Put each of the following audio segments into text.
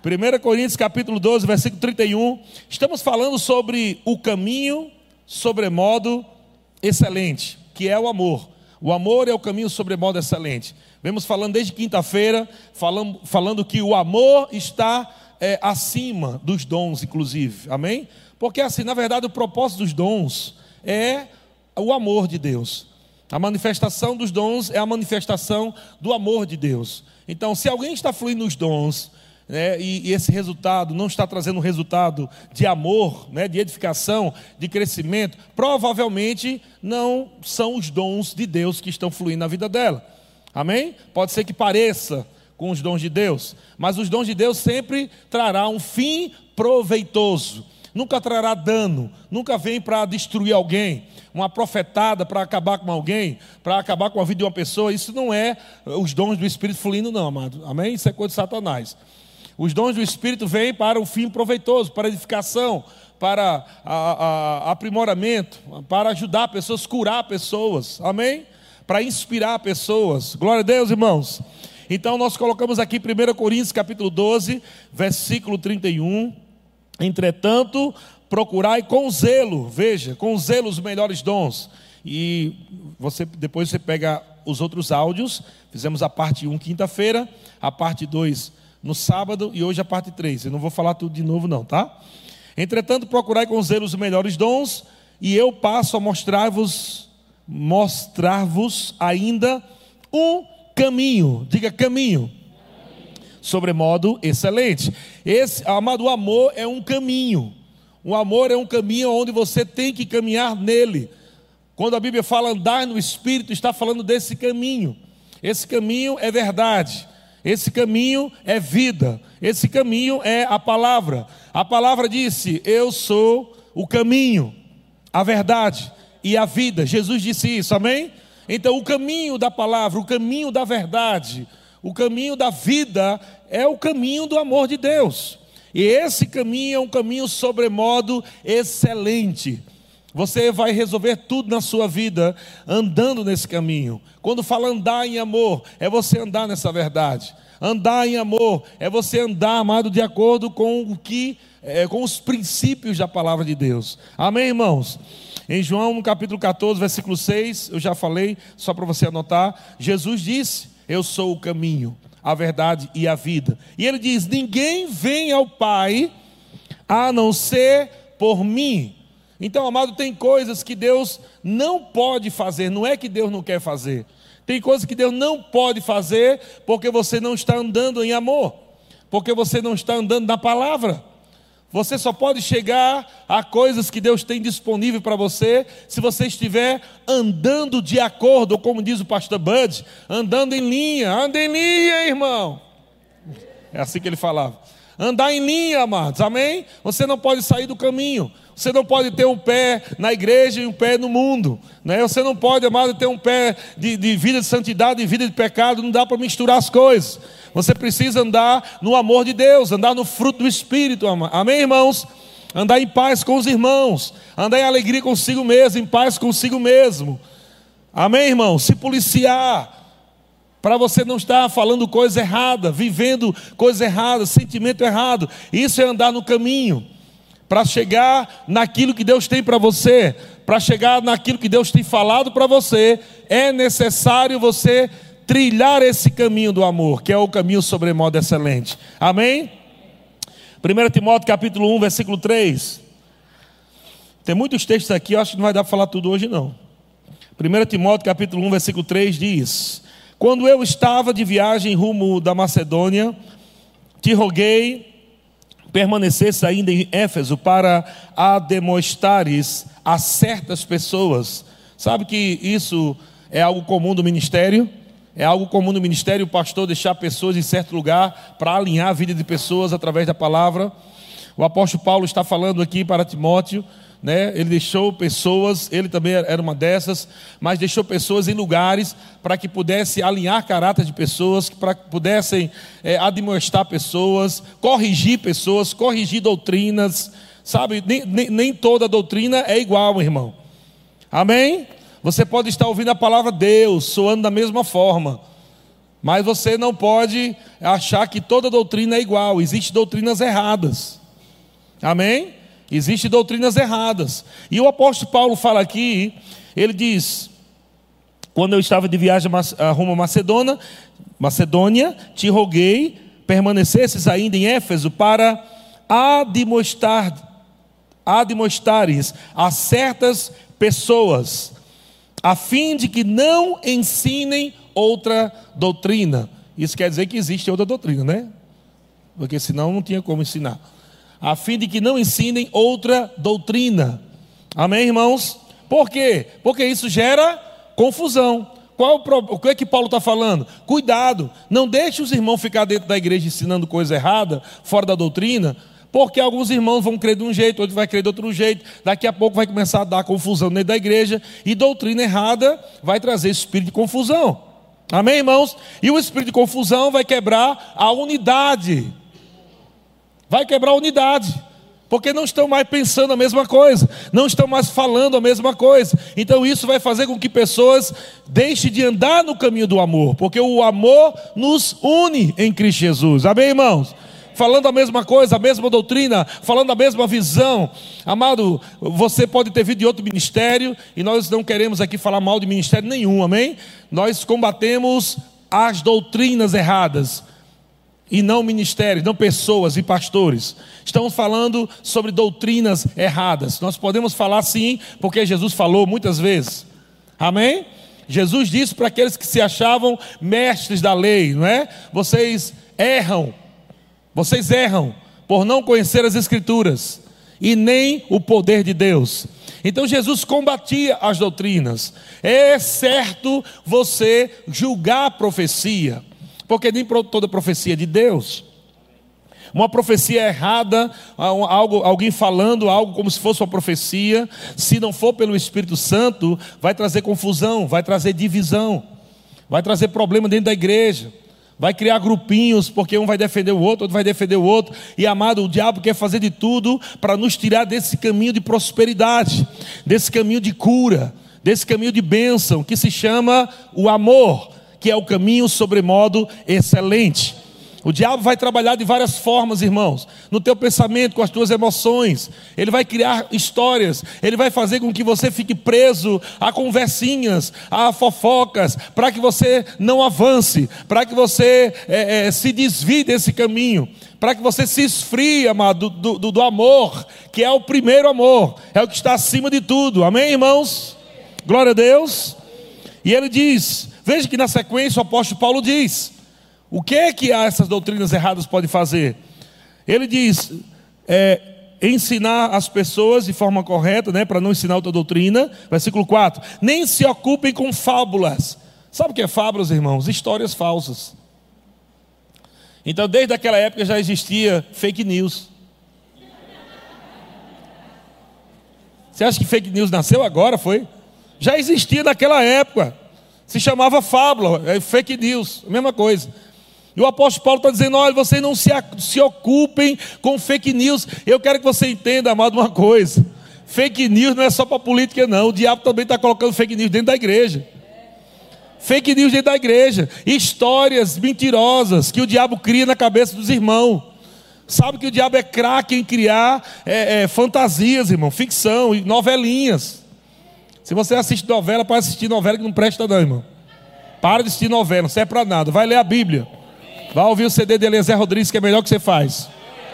1 Coríntios capítulo 12, versículo 31. Estamos falando sobre o caminho sobremodo excelente, que é o amor. O amor é o caminho sobremodo excelente. Vemos falando desde quinta-feira, falando que o amor está acima dos dons, inclusive. Amém? Porque assim, na verdade, o propósito dos dons é o amor de Deus. A manifestação dos dons é a manifestação do amor de Deus. Então, se alguém está fluindo nos dons, né, e esse resultado não está trazendo um resultado de amor, né, de edificação, de crescimento, provavelmente não são os dons de Deus que estão fluindo na vida dela. Amém? Pode ser que pareça com os dons de Deus, mas os dons de Deus sempre trará um fim proveitoso. Nunca trará dano, nunca vem para destruir alguém, uma profetada para acabar com alguém, para acabar com a vida de uma pessoa. Isso não é os dons do Espírito fluindo não, amado. Amém? Isso é coisa de Satanás. Os dons do Espírito vêm para o fim proveitoso, para edificação, para aprimoramento, para ajudar pessoas, curar pessoas. Amém? Para inspirar pessoas. Glória a Deus, irmãos. Então nós colocamos aqui 1 Coríntios capítulo 12, versículo 31. Entretanto, procurai com zelo, veja, com zelo os melhores dons. E depois você pega os outros áudios. Fizemos a parte 1 quinta-feira, a parte 2 no sábado e hoje a parte 3. Eu não vou falar tudo de novo não, tá? Entretanto, procurai com zelo os melhores dons, e eu passo a mostrar-vos ainda um caminho. Diga caminho. Sobremodo excelente. Amado, o amor é um caminho. O amor é um caminho onde você tem que caminhar nele. Quando a Bíblia fala andar no Espírito, está falando desse caminho. Esse caminho é verdade. Esse caminho é vida. Esse caminho é a palavra. A palavra disse: eu sou o caminho, a verdade e a vida. Jesus disse isso, amém? Então o caminho da palavra, o caminho da verdade, o caminho da vida é o caminho do amor de Deus. E esse caminho é um caminho sobremodo excelente. Você vai resolver tudo na sua vida andando nesse caminho. Quando fala andar em amor, é você andar nessa verdade. Andar em amor é você andar, amado, de acordo com com os princípios da palavra de Deus. Amém, irmãos? Em João, no capítulo 14, versículo 6, eu já falei, só para você anotar, Jesus disse: eu sou o caminho, a verdade e a vida. E ele diz: ninguém vem ao Pai a não ser por mim. Então, amado, tem coisas que Deus não pode fazer. Não é que Deus não quer fazer. Tem coisas que Deus não pode fazer porque você não está andando em amor, porque você não está andando na palavra. Você só pode chegar a coisas que Deus tem disponível para você se você estiver andando de acordo, ou como diz o pastor Bud, andando em linha. Anda em linha, irmão. É assim que ele falava. Andar em linha, amados, amém? Você não pode sair do caminho. Você não pode ter um pé na igreja e um pé no mundo, né? Você não pode, amado, ter um pé de vida de santidade e vida de pecado. Não dá para misturar as coisas. Você precisa andar no amor de Deus, andar no fruto do Espírito, amém, irmãos? Andar em paz com os irmãos, andar em alegria consigo mesmo, em paz consigo mesmo, amém, irmãos? Se policiar, para você não estar falando coisa errada, vivendo coisa errada, sentimento errado. Isso é andar no caminho, para chegar naquilo que Deus tem para você, para chegar naquilo que Deus tem falado para você, é necessário você trilhar esse caminho do amor, que é o caminho sobremodo excelente. Amém? 1 Timóteo capítulo 1, versículo 3. Tem muitos textos aqui, eu acho que não vai dar para falar tudo hoje não. 1 Timóteo capítulo 1, versículo 3 diz: quando eu estava de viagem rumo da Macedônia, te roguei permanecesse ainda em Éfeso para ademoestares a certas pessoas. Sabe que isso é algo comum do ministério? É algo comum no ministério o pastor deixar pessoas em certo lugar para alinhar a vida de pessoas através da palavra. O apóstolo Paulo está falando aqui para Timóteo, né? Ele deixou pessoas, ele também era uma dessas, mas deixou pessoas em lugares para que pudesse alinhar caráter de pessoas, para que pudessem admoestar pessoas, corrigir doutrinas, sabe? Nem toda doutrina é igual, irmão. Amém? Você pode estar ouvindo a palavra de Deus, soando da mesma forma, Mas você não pode achar que toda doutrina é igual. Existem doutrinas erradas. Amém? Existem doutrinas erradas. E o apóstolo Paulo fala aqui, ele diz: quando eu estava de viagem rumo a Macedônia, te roguei permanecesses ainda em Éfeso para admoestares a certas pessoas, a fim de que não ensinem outra doutrina. Isso quer dizer que existe outra doutrina, né? Porque senão não tinha como ensinar. A fim de que não ensinem outra doutrina. Amém, irmãos? Por quê? Porque isso gera confusão. O que é que Paulo está falando? Cuidado, não deixe os irmãos ficar dentro da igreja ensinando coisa errada, fora da doutrina, porque alguns irmãos vão crer de um jeito, outros vão crer de outro jeito, daqui a pouco vai começar a dar confusão dentro da igreja, e doutrina errada vai trazer espírito de confusão. Amém, irmãos? E o espírito de confusão vai quebrar a unidade. Vai quebrar a unidade. Porque não estão mais pensando a mesma coisa, não estão mais falando a mesma coisa. Então isso vai fazer com que pessoas deixem de andar no caminho do amor, porque o amor nos une em Cristo Jesus. Amém, irmãos? Falando a mesma coisa, a mesma doutrina, falando a mesma visão. Amado, você pode ter vindo de outro ministério, e nós não queremos aqui falar mal de ministério nenhum, amém? Nós combatemos as doutrinas erradas, e não ministérios, não pessoas e pastores. Estamos falando sobre doutrinas erradas. Nós podemos falar sim, porque Jesus falou muitas vezes. Amém? Jesus disse para aqueles que se achavam mestres da lei, não é? Vocês erram por não conhecer as Escrituras e nem o poder de Deus. Então Jesus combatia as doutrinas. É certo você julgar a profecia, porque nem toda profecia é de Deus. Uma profecia errada, alguém falando algo como se fosse uma profecia, se não for pelo Espírito Santo, vai trazer confusão, vai trazer divisão, vai trazer problema dentro da igreja, vai criar grupinhos, porque um vai defender o outro vai defender o outro. E amado, o diabo quer fazer de tudo para nos tirar desse caminho de prosperidade, desse caminho de cura, desse caminho de bênção, que se chama o amor, que é o caminho sobremodo excelente. O diabo vai trabalhar de várias formas, irmãos, no teu pensamento, com as tuas emoções. Ele vai criar histórias, ele vai fazer com que você fique preso a conversinhas, a fofocas, para que você não avance, para que você se desvie desse caminho, para que você se esfrie, amado, do amor, que é o primeiro amor, é o que está acima de tudo. Amém, irmãos? Glória a Deus. E ele diz, veja que na sequência o apóstolo Paulo diz, o que é que essas doutrinas erradas podem fazer? Ele diz, ensinar as pessoas de forma correta, né, para não ensinar outra doutrina. Versículo 4, nem se ocupem com fábulas. Sabe o que é fábulas, irmãos? Histórias falsas. Então desde aquela época já existia fake news. Você acha que fake news nasceu agora, foi? Já existia naquela época, se chamava fábula, fake news, a mesma coisa. E o apóstolo Paulo está dizendo, olha, vocês não se ocupem com fake news. Eu quero que você entenda, amado, uma coisa, fake news não é só para política não, o diabo também está colocando fake news dentro da igreja. Fake news dentro da igreja, histórias mentirosas que o diabo cria na cabeça dos irmãos. Sabe que o diabo é craque em criar fantasias, irmão, ficção, novelinhas. Se você assiste novela, para assistir novela que não presta não, irmão. Para de assistir novela, não serve para nada. Vai ler a Bíblia. Vai ouvir o CD de Eliezer Rodrigues, que é melhor que você faz.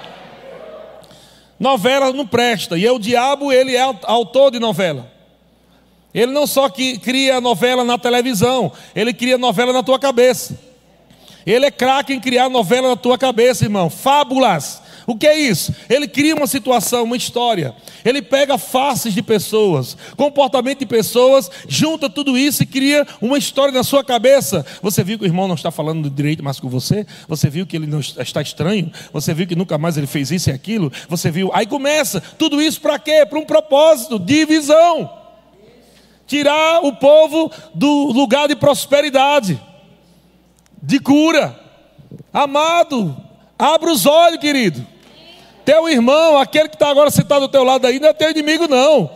Novela não presta. E o diabo, ele é autor de novela. Ele não só que cria novela na televisão, ele cria novela na tua cabeça. Ele é craque em criar novela na tua cabeça, irmão. Fábulas. O que é isso? Ele cria uma situação, uma história. Ele pega faces de pessoas, comportamento de pessoas, junta tudo isso e cria uma história na sua cabeça. Você viu que o irmão não está falando direito mais com você? Você viu que ele não está estranho? Você viu que nunca mais ele fez isso e aquilo? Você viu? Aí começa, tudo isso para quê? Para um propósito, divisão. Tirar o povo do lugar de prosperidade, de cura. Amado, abra os olhos, querido. Teu irmão, aquele que está agora sentado do teu lado aí, não é teu inimigo não.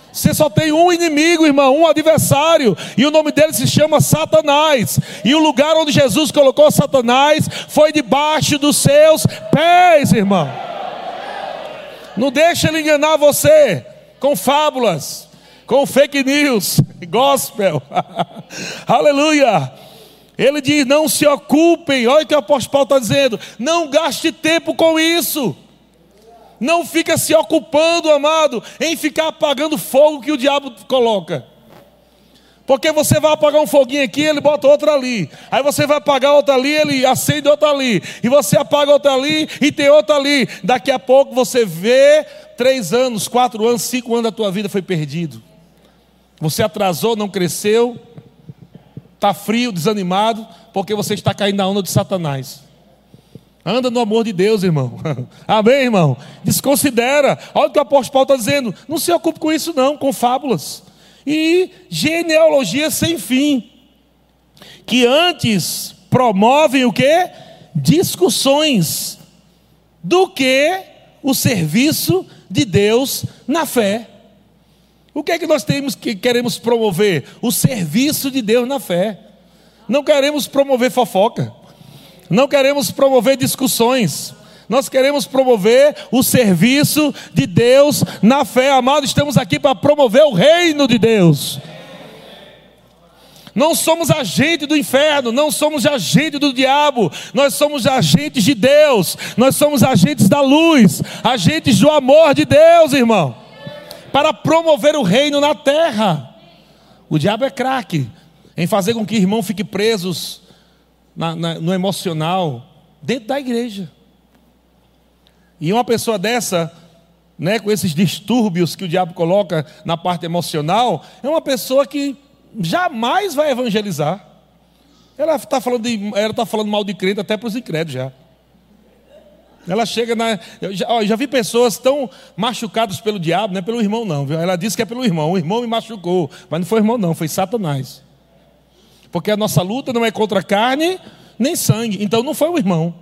Você só tem um inimigo, irmão, um adversário, e o nome dele se chama Satanás. E o lugar onde Jesus colocou Satanás foi debaixo dos seus pés, irmão. Não deixe ele enganar você com fábulas, com fake news, gospel. Aleluia. Ele diz: não se ocupem. Olha o que o apóstolo Paulo está dizendo: não gaste tempo com isso. Não fica se ocupando, amado, em ficar apagando fogo que o diabo coloca. Porque você vai apagar um foguinho aqui, ele bota outro ali. Aí você vai apagar outro ali, ele acende outro ali. E você apaga outro ali e tem outro ali. Daqui a pouco você vê 3 anos, 4 anos, 5 anos da tua vida foi perdido. Você atrasou, não cresceu, está frio, desanimado, porque você está caindo na onda de Satanás. Anda no amor de Deus, irmão. Amém, irmão? Desconsidera. Olha o que o apóstolo Paulo está dizendo. Não se ocupe com isso não, com fábulas e genealogia sem fim, que antes promovem o quê? Discussões, do que o serviço de Deus na fé. O que é que nós queremos promover? O serviço de Deus na fé. Não queremos promover fofoca, não queremos promover discussões, nós queremos promover o serviço de Deus na fé. Amado, estamos aqui para promover o reino de Deus. Não somos agentes do inferno, não somos agentes do diabo, nós somos agentes de Deus, nós somos agentes da luz, agentes do amor de Deus, irmão, para promover o reino na terra. O diabo é craque em fazer com que irmãos fiquem presos no emocional dentro da igreja. E uma pessoa dessa, né, com esses distúrbios que o diabo coloca na parte emocional, é uma pessoa que jamais vai evangelizar. Ela está falando mal de crente até para os incrédulos já. Ela chega eu já vi pessoas tão machucadas pelo diabo, não é pelo irmão não, viu? Ela disse que é pelo irmão. O irmão me machucou, mas não foi o irmão não, foi Satanás. Porque a nossa luta não é contra carne nem sangue, então não foi o irmão.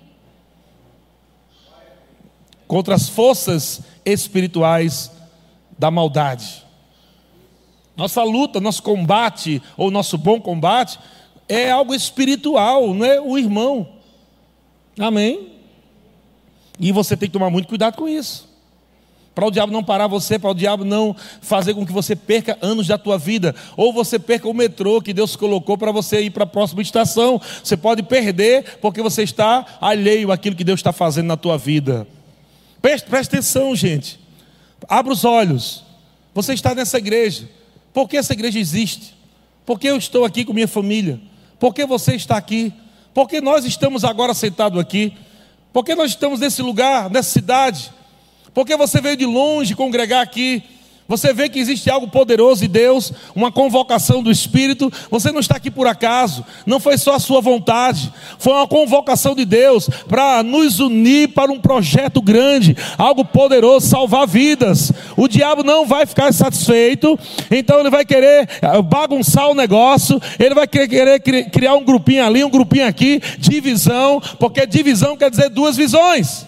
Contra as forças espirituais da maldade. Nossa luta, nosso combate, ou nosso bom combate, é algo espiritual, não é o irmão. Amém? E você tem que tomar muito cuidado com isso, para o diabo não parar você, para o diabo não fazer com que você perca anos da tua vida, ou você perca o metrô que Deus colocou para você ir para a próxima estação. Você pode perder porque você está alheio àquilo que Deus está fazendo na tua vida. Preste atenção, gente. Abra os olhos. Você está nessa igreja. Por que essa igreja existe? Por que eu estou aqui com minha família? Por que você está aqui? Por que nós estamos agora sentados aqui? Por que nós estamos nesse lugar, nessa cidade? Por que você veio de longe congregar aqui? Você vê que existe algo poderoso em Deus, uma convocação do Espírito. Você não está aqui por acaso, não foi só a sua vontade, foi uma convocação de Deus para nos unir para um projeto grande, algo poderoso, salvar vidas. O diabo não vai ficar satisfeito, então ele vai querer bagunçar o negócio, ele vai querer criar um grupinho ali, um grupinho aqui, divisão, porque divisão quer dizer 2 visões.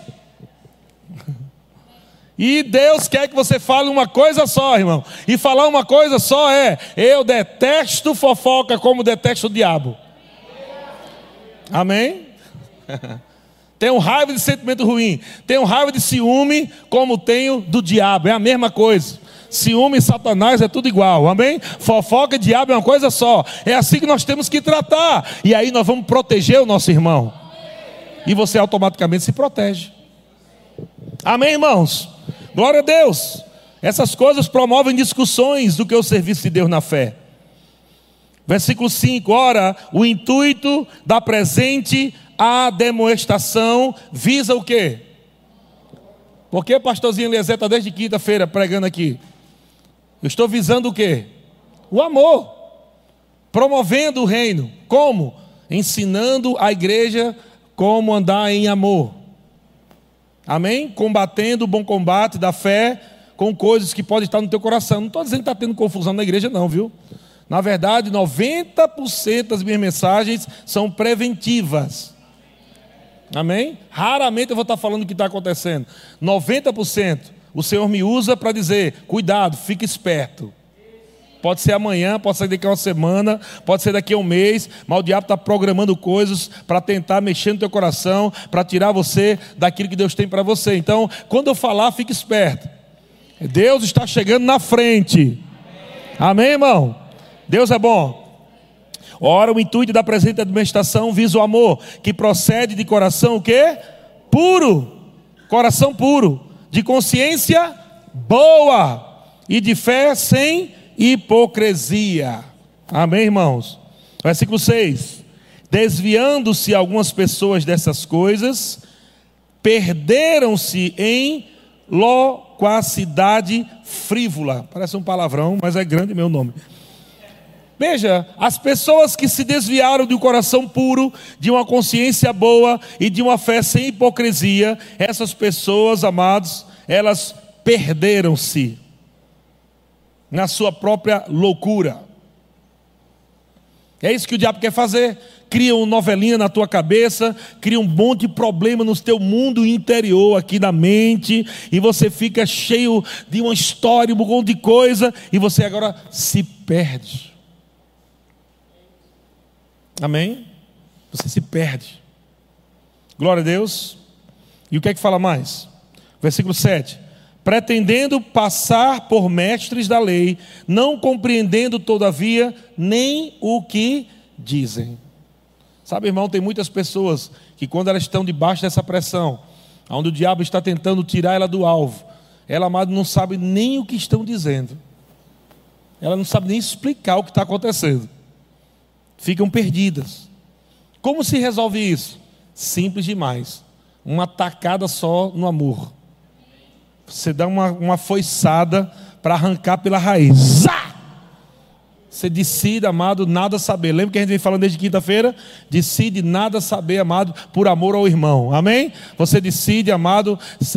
E Deus quer que você fale uma coisa só, irmão. E falar uma coisa só é: eu detesto fofoca como detesto o diabo. Amém? Tenho raiva de sentimento ruim, tenho raiva de ciúme como tenho do diabo. É a mesma coisa. Ciúme e Satanás é tudo igual, amém? Fofoca e diabo é uma coisa só. É assim que nós temos que tratar. E aí nós vamos proteger o nosso irmão. E você automaticamente se protege. Amém, irmãos? Glória a Deus. Essas coisas promovem discussões do que o serviço de Deus na fé. Versículo 5. Ora, o intuito da presente ademoestação visa o quê? Por que pastorzinho Eliezer está desde quinta-feira pregando aqui? Eu estou visando o quê? O amor. Promovendo o reino. Como? Ensinando a igreja como andar em amor. Amém? Combatendo o bom combate da fé com coisas que podem estar no teu coração. Não estou dizendo que está tendo confusão na igreja não, viu? Na verdade, 90% das minhas mensagens são preventivas. Amém? Raramente eu vou estar falando o que está acontecendo. 90%. o Senhor me usa para dizer, cuidado, fique esperto. Pode ser amanhã, pode ser daqui a uma semana, pode ser daqui a um mês, mas o diabo está programando coisas para tentar mexer no teu coração, para tirar você daquilo que Deus tem para você. Então, quando eu falar, fique esperto. Deus está chegando na frente. Amém, irmão? Deus é bom. Ora, o intuito da presente administração visa o amor, que procede de coração o quê? Puro. Coração puro. De consciência boa. E de fé sem hipocrisia. Amém, irmãos? Versículo 6. Desviando-se algumas pessoas dessas coisas, perderam-se em loquacidade frívola. Parece um palavrão, mas é grande meu nome. Veja, as pessoas que se desviaram de um coração puro, de uma consciência boa e de uma fé sem hipocrisia, essas pessoas, amados, elas perderam-se na sua própria loucura. É isso que o diabo quer fazer. Cria uma novelinha na tua cabeça, cria um monte de problema no teu mundo interior, aqui na mente, e você fica cheio de uma história, um monte de coisa, e você agora se perde. Amém? Você se perde. Glória a Deus. E o que é que fala mais? Versículo 7. Pretendendo passar por mestres da lei, não compreendendo todavia nem o que dizem. Sabe, irmão, tem muitas pessoas que quando elas estão debaixo dessa pressão, onde o diabo está tentando tirar ela do alvo, ela, amado, não sabe nem o que estão dizendo. Ela não sabe nem explicar o que está acontecendo. Ficam perdidas. Como se resolve isso? Simples demais. Uma tacada só no amor. Você dá uma foiçada para arrancar pela raiz. Zá! Você decide, amado, nada saber. Lembra que a gente vem falando desde quinta-feira? Decide nada saber, amado, por amor ao irmão. Amém? Você decide, amado,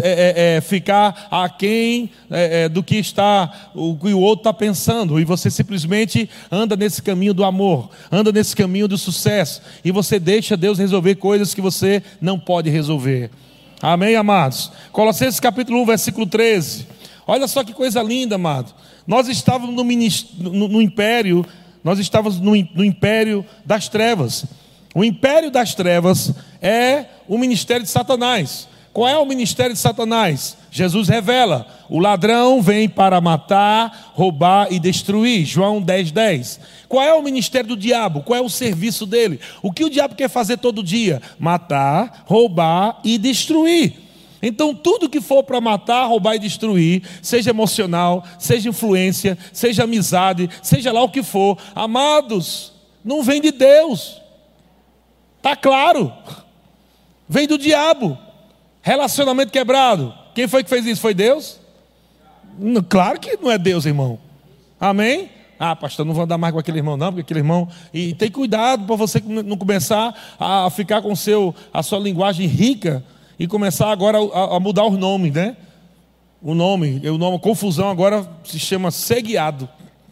ficar aquém do que o outro está pensando. E você simplesmente anda nesse caminho do amor. Anda nesse caminho do sucesso. E você deixa Deus resolver coisas que você não pode resolver. Amém, amados? Colossenses capítulo 1, versículo 13. Olha só que coisa linda, amado. Nós estávamos no império, nós estávamos no império das trevas. O império das trevas é o ministério de Satanás. Qual é o ministério de Satanás? Jesus revela: o ladrão vem para matar, roubar e destruir. João 10:10. Qual é o ministério do diabo? Qual é o serviço dele? O que o diabo quer fazer todo dia? Matar, roubar e destruir. Então tudo que for para matar, roubar e destruir, seja emocional, seja influência, seja amizade, seja lá o que for, amados, não vem de Deus. Está claro. Vem do diabo. Relacionamento quebrado. Quem foi que fez isso? Foi Deus? Claro que não é Deus, irmão. Amém? Ah, pastor, não vou andar mais com aquele irmão não, porque aquele irmão... E tem cuidado para você não começar a ficar com a sua linguagem rica e começar agora a mudar os nomes, né? O nome, confusão agora se chama ser guiado.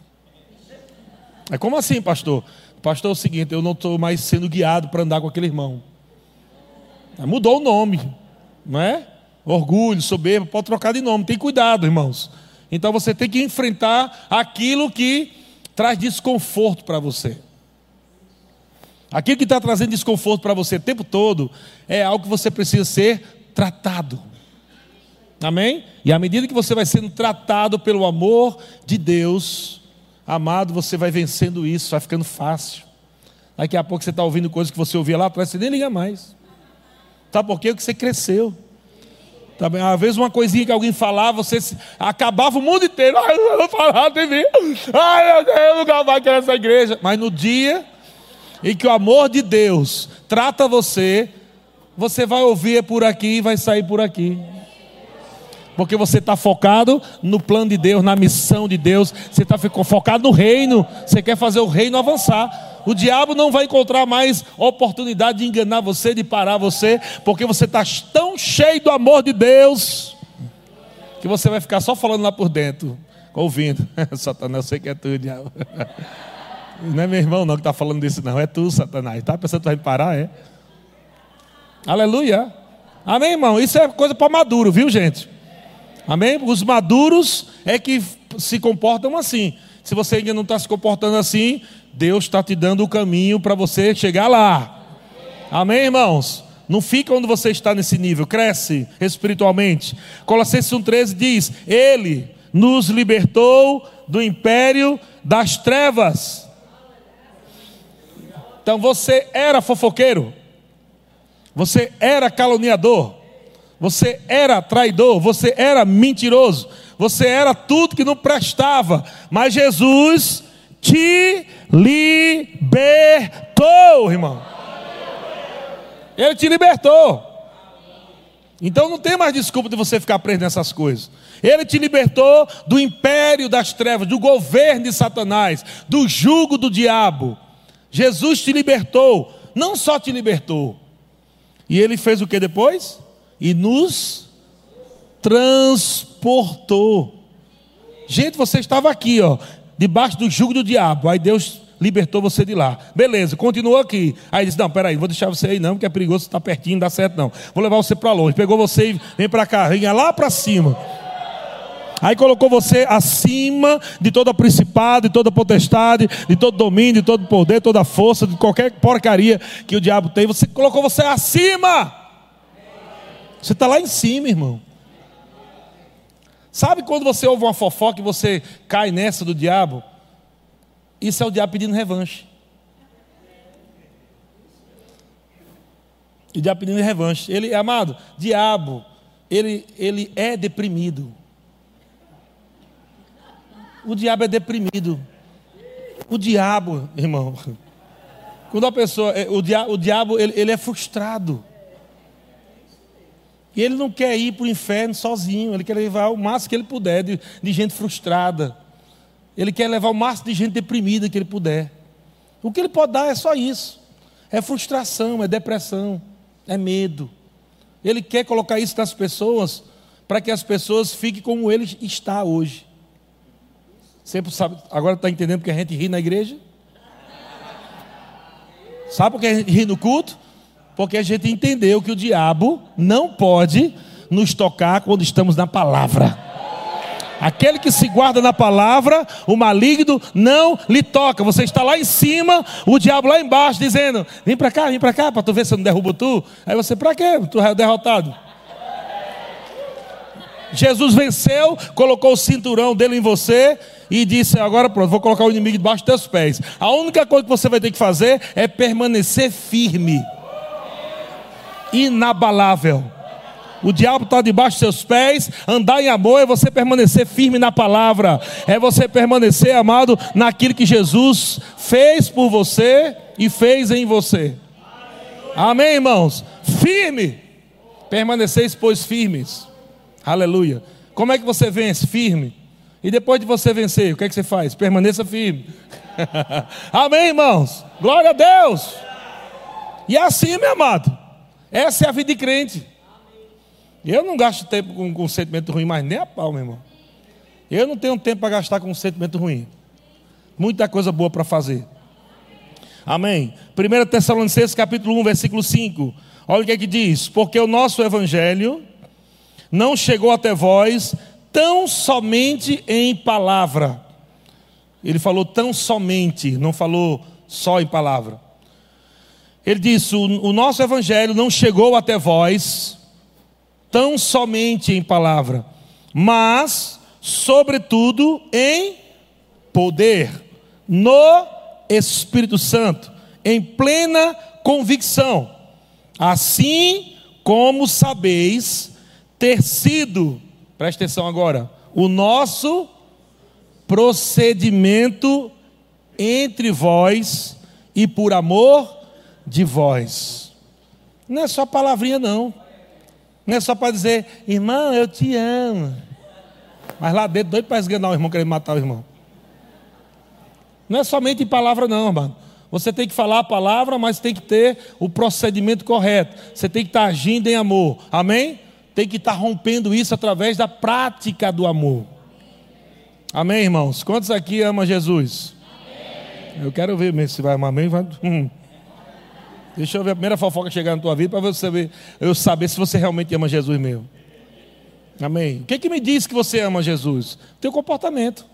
É como assim, pastor? Pastor, é o seguinte, eu não estou mais sendo guiado para andar com aquele irmão. Mudou o nome, não é? Orgulho, soberba, pode trocar de nome. Tem cuidado, irmãos. Então você tem que enfrentar aquilo que traz desconforto para você. Aquilo que está trazendo desconforto para você o tempo todo é algo que você precisa ser tratado. Amém? E à medida que você vai sendo tratado pelo amor de Deus, amado, você vai vencendo isso, vai ficando fácil. Daqui a pouco você está ouvindo coisas que você ouvia lá atrás, você nem liga mais. Sabe por quê? Porque você cresceu. Às vezes uma coisinha que alguém falava, você acabava o mundo inteiro. Ai, eu vou falar de mim. Ai, meu Deus, eu nunca mais quero essa igreja. Mas no dia em que o amor de Deus trata você, você vai ouvir por aqui e vai sair por aqui. Porque você está focado no plano de Deus, na missão de Deus. Você está focado no reino. Você quer fazer o reino avançar. O diabo não vai encontrar mais oportunidade de enganar você, de parar você, porque você está tão cheio do amor de Deus, que você vai ficar só falando lá por dentro, ouvindo. Satanás, eu sei que é tu, diabo. Não é meu irmão não que está falando disso não, é tu, Satanás. Está pensando que tu vai me parar, é? Aleluia. Amém, irmão? Isso é coisa para maduro, viu, gente? Amém? Os maduros é que se comportam assim. Se você ainda não está se comportando assim, Deus está te dando o caminho para você chegar lá. Amém, irmãos? Não fica onde você está nesse nível, cresce espiritualmente. Colossenses 1,13 diz: Ele nos libertou do império das trevas. Então você era fofoqueiro, você era caluniador, você era traidor, você era mentiroso, você era tudo que não prestava, mas Jesus te libertou, irmão. Ele te libertou. Então não tem mais desculpa de você ficar preso nessas coisas. Ele te libertou do império das trevas, do governo de Satanás, do jugo do diabo. Jesus te libertou, não só te libertou. E ele fez o que depois? E nos transportou. Gente, você estava aqui, ó, debaixo do jugo do diabo. Aí Deus libertou você de lá. Beleza, continuou aqui. Aí disse: não, peraí, vou deixar você aí não, porque é perigoso, você está pertinho, não dá certo não. Vou levar você para longe. Pegou você e vem para cá, vinha lá para cima. Aí colocou você acima de toda principado, de toda potestade, de todo domínio, de todo poder, toda força, de qualquer porcaria que o diabo tem. Você colocou você acima. Você está lá em cima, irmão. Sabe quando você ouve uma fofoca e você cai nessa do diabo? Isso é o diabo pedindo revanche. O diabo pedindo revanche. Ele, amado, diabo, ele é deprimido. O diabo é deprimido. O diabo, irmão, quando a pessoa, o diabo ele é frustrado. E ele não quer ir para o inferno sozinho. Ele quer levar o máximo que ele puder de gente frustrada. Ele quer levar o máximo de gente deprimida que ele puder. O que ele pode dar é só isso. É frustração, é depressão, é medo. Ele quer colocar isso nas pessoas para que as pessoas fiquem como ele está hoje. Sempre sabe, agora está entendendo porque a gente ri na igreja? Sabe por que a gente ri no culto? Porque a gente entendeu que o diabo não pode nos tocar quando estamos na palavra. Aquele que se guarda na palavra, o maligno não lhe toca. Você está lá em cima, o diabo lá embaixo dizendo: vem para cá, para tu ver se eu não derrubo tu. Aí você: para quê? Tu é derrotado. Jesus venceu, colocou o cinturão dele em você e disse: agora pronto, vou colocar o inimigo debaixo dos teus pés. A única coisa que você vai ter que fazer é permanecer firme, inabalável. O diabo está debaixo dos seus pés. Andar em amor é você permanecer firme na palavra, é você permanecer, amado, naquilo que Jesus fez por você e fez em você. Amém, irmãos? Firme. Permaneceis, pois, firmes. Aleluia. Como é que você vence? Firme. E depois de você vencer, o que é que você faz? Permaneça firme. Amém, irmãos? Glória a Deus. E é assim, meu amado, essa é a vida de crente. Eu não gasto tempo com sentimento ruim, mas nem a pau, meu irmão. Eu não tenho tempo para gastar com sentimento ruim. Muita coisa boa para fazer. Amém. 1 Tessalonicenses capítulo 1, versículo 5. Olha o que é que diz: porque o nosso evangelho não chegou até vós tão somente em palavra. Ele falou tão somente, não falou só em palavra. Ele disse: o nosso evangelho não chegou até vós tão somente em palavra, mas sobretudo em poder, no Espírito Santo, em plena convicção, assim como sabeis ter sido, presta atenção agora, o nosso procedimento entre vós e por amor de vós. Não é só palavrinha não. Não é só para dizer: irmão, eu te amo. Mas lá dentro, doido para esganar o irmão, querendo matar o irmão. Não é somente em palavra não, mano. Você tem que falar a palavra, mas tem que ter o procedimento correto. Você tem que estar agindo em amor. Amém? Tem que estar rompendo isso através da prática do amor. Amém, irmãos? Quantos aqui amam Jesus? Amém. Eu quero ver mesmo se vai amar. Amém? Deixa eu ver a primeira fofoca chegar na tua vida para você ver, eu saber se você realmente ama Jesus mesmo. Amém? O que me diz que você ama Jesus? Teu comportamento.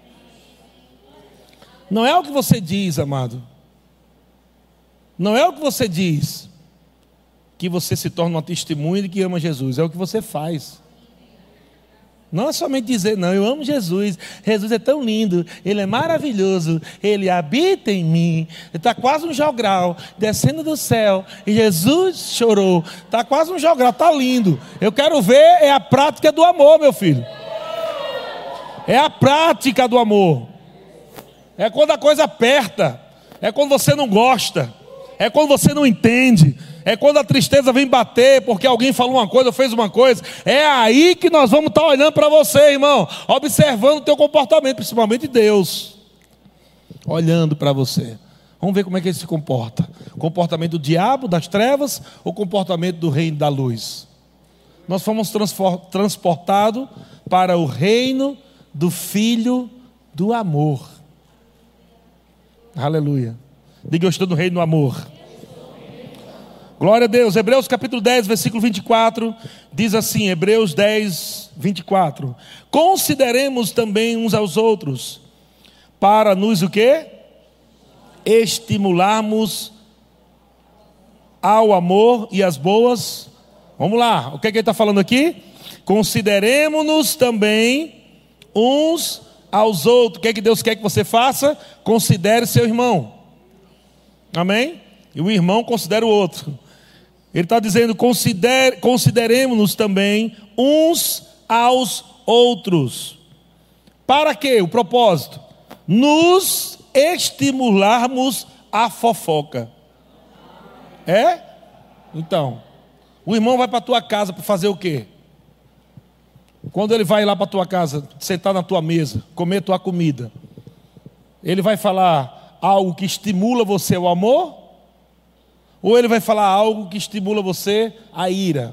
Não é o que você diz, amado. Não é o que você diz que você se torna uma testemunha de que ama Jesus. É o que você faz. Não é somente dizer, não, eu amo Jesus. Jesus é tão lindo, Ele é maravilhoso, Ele habita em mim. Está quase um jogral descendo do céu e Jesus chorou. Está quase um jogral, está lindo. Eu quero ver é a prática do amor, meu filho. É a prática do amor. É quando a coisa aperta. É quando você não gosta. É quando você não entende. É quando a tristeza vem bater porque alguém falou uma coisa ou fez uma coisa. É aí que nós vamos estar olhando para você, irmão, observando o teu comportamento, principalmente Deus olhando para você. Vamos ver como é que ele se comporta. Comportamento do diabo, das trevas, ou comportamento do reino da luz? Nós fomos transportados para o reino do Filho do amor. Aleluia. Diga, eu estou no reino do amor. Glória a Deus. Hebreus capítulo 10, versículo 24, diz assim, Hebreus 10, 24. Consideremos também uns aos outros, para nos o quê? Estimularmos ao amor e às boas. Vamos lá, o que é que ele está falando aqui? Consideremos-nos também uns aos outros. O que é que Deus quer que você faça? Considere seu irmão. Amém? E o irmão considera o outro. Ele está dizendo, consideremos-nos também uns aos outros. Para quê? O propósito? Nos estimularmos à fofoca. É? Então, o irmão vai para a tua casa para fazer o quê? Quando ele vai lá para a tua casa, sentar na tua mesa, comer tua comida, ele vai falar algo que estimula você ao amor? Ou ele vai falar algo que estimula você à ira?